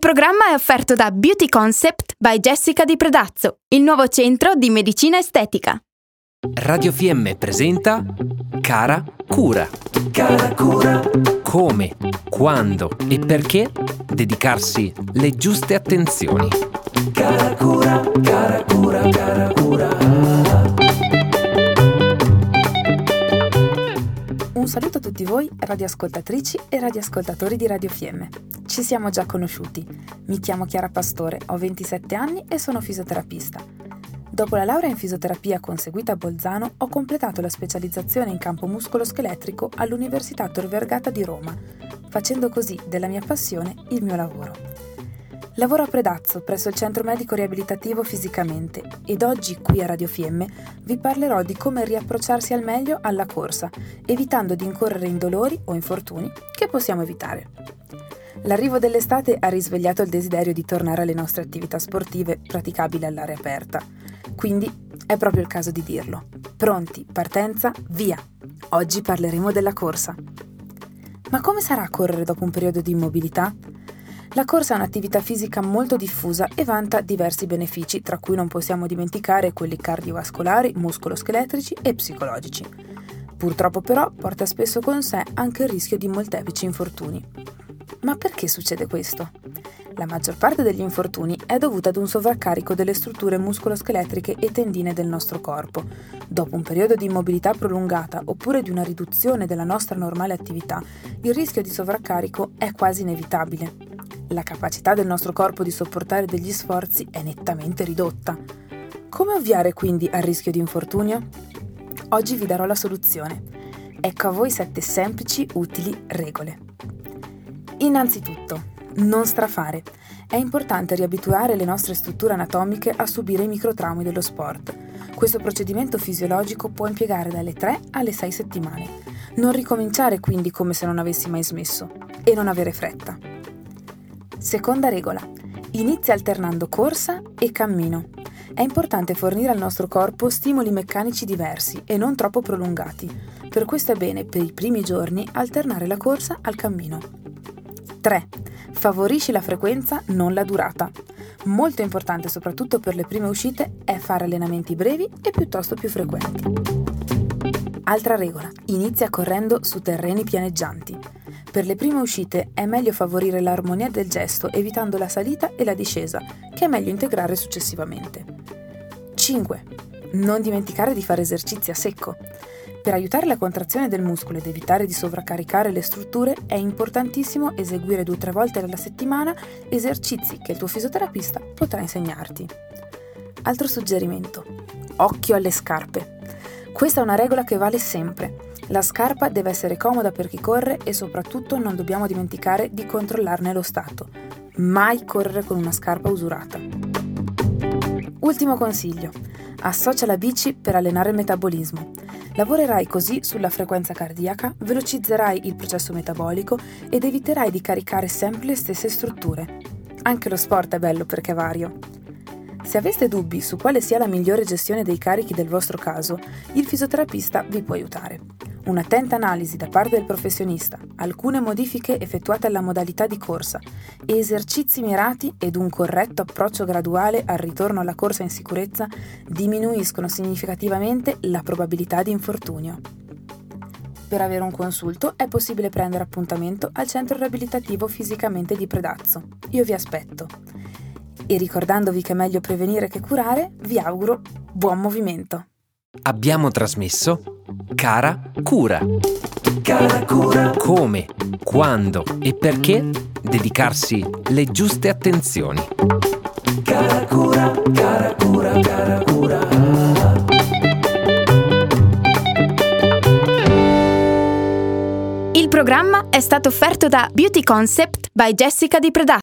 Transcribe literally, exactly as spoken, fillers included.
programma è offerto da Beauty Concept by Jessica Di Predazzo, il nuovo centro di medicina estetica. Radio F M presenta Cara Cura. Cara Cura. Come, quando e perché dedicarsi le giuste attenzioni. Cara Cura, cara cura, cara cura. Un saluto a tutti voi, radioascoltatrici e radioascoltatori di Radio F M. Ci siamo già conosciuti. Mi chiamo Chiara Pastore, ho ventisette anni e sono fisioterapista. Dopo la laurea in fisioterapia conseguita a Bolzano, ho completato la specializzazione in campo muscoloscheletrico all'Università Tor Vergata di Roma, facendo così della mia passione il mio lavoro. Lavoro a Predazzo presso il Centro Medico Riabilitativo Fisicamente ed oggi qui a Radio F M vi parlerò di come riapprocciarsi al meglio alla corsa, evitando di incorrere in dolori o infortuni che possiamo evitare. L'arrivo dell'estate ha risvegliato il desiderio di tornare alle nostre attività sportive praticabili all'aria aperta. Quindi è proprio il caso di dirlo. Pronti, partenza, via! Oggi parleremo della corsa. Ma come sarà correre dopo un periodo di immobilità? La corsa è un'attività fisica molto diffusa e vanta diversi benefici, tra cui non possiamo dimenticare quelli cardiovascolari, muscoloscheletrici e psicologici. Purtroppo però porta spesso con sé anche il rischio di molteplici infortuni. Ma perché succede questo? La maggior parte degli infortuni è dovuta ad un sovraccarico delle strutture muscoloscheletriche e tendine del nostro corpo. Dopo un periodo di immobilità prolungata oppure di una riduzione della nostra normale attività, il rischio di sovraccarico è quasi inevitabile. La capacità del nostro corpo di sopportare degli sforzi è nettamente ridotta. Come ovviare quindi al rischio di infortunio? Oggi vi darò la soluzione. Ecco a voi sette semplici, utili regole. Innanzitutto, non strafare. È importante riabituare le nostre strutture anatomiche a subire i microtraumi dello sport. Questo procedimento fisiologico può impiegare dalle tre alle sei settimane. Non ricominciare quindi come se non avessi mai smesso e non avere fretta. Seconda regola. Inizia alternando corsa e cammino. È importante fornire al nostro corpo stimoli meccanici diversi e non troppo prolungati. Per questo è bene, per i primi giorni, alternare la corsa al cammino. tre. Favorisci la frequenza, non la durata. Molto importante, soprattutto per le prime uscite, è fare allenamenti brevi e piuttosto più frequenti. Altra regola. Inizia correndo su terreni pianeggianti. Per le prime uscite è meglio favorire l'armonia del gesto evitando la salita e la discesa, che è meglio integrare successivamente. cinque. Non dimenticare di fare esercizi a secco. Per aiutare la contrazione del muscolo ed evitare di sovraccaricare le strutture è importantissimo eseguire due o tre volte alla settimana esercizi che il tuo fisioterapista potrà insegnarti. Altro suggerimento. Occhio alle scarpe. Questa è una regola che vale sempre. La scarpa deve essere comoda per chi corre e soprattutto non dobbiamo dimenticare di controllarne lo stato. Mai correre con una scarpa usurata. Ultimo consiglio. Associa la bici per allenare il metabolismo. Lavorerai così sulla frequenza cardiaca, velocizzerai il processo metabolico ed eviterai di caricare sempre le stesse strutture. Anche lo sport è bello perché è vario. Se aveste dubbi su quale sia la migliore gestione dei carichi del vostro caso, il fisioterapista vi può aiutare. Un'attenta analisi da parte del professionista, alcune modifiche effettuate alla modalità di corsa, esercizi mirati ed un corretto approccio graduale al ritorno alla corsa in sicurezza diminuiscono significativamente la probabilità di infortunio. Per avere un consulto è possibile prendere appuntamento al Centro Riabilitativo Fisicamente di Predazzo. Io vi aspetto. E ricordandovi che è meglio prevenire che curare, vi auguro buon movimento. Abbiamo trasmesso Cara Cura. Cara Cura. Come, quando e perché dedicarsi le giuste attenzioni. Cara Cura, cara cura, cara cura. Il programma è stato offerto da Beauty Concept by Jessica Di Predazzo.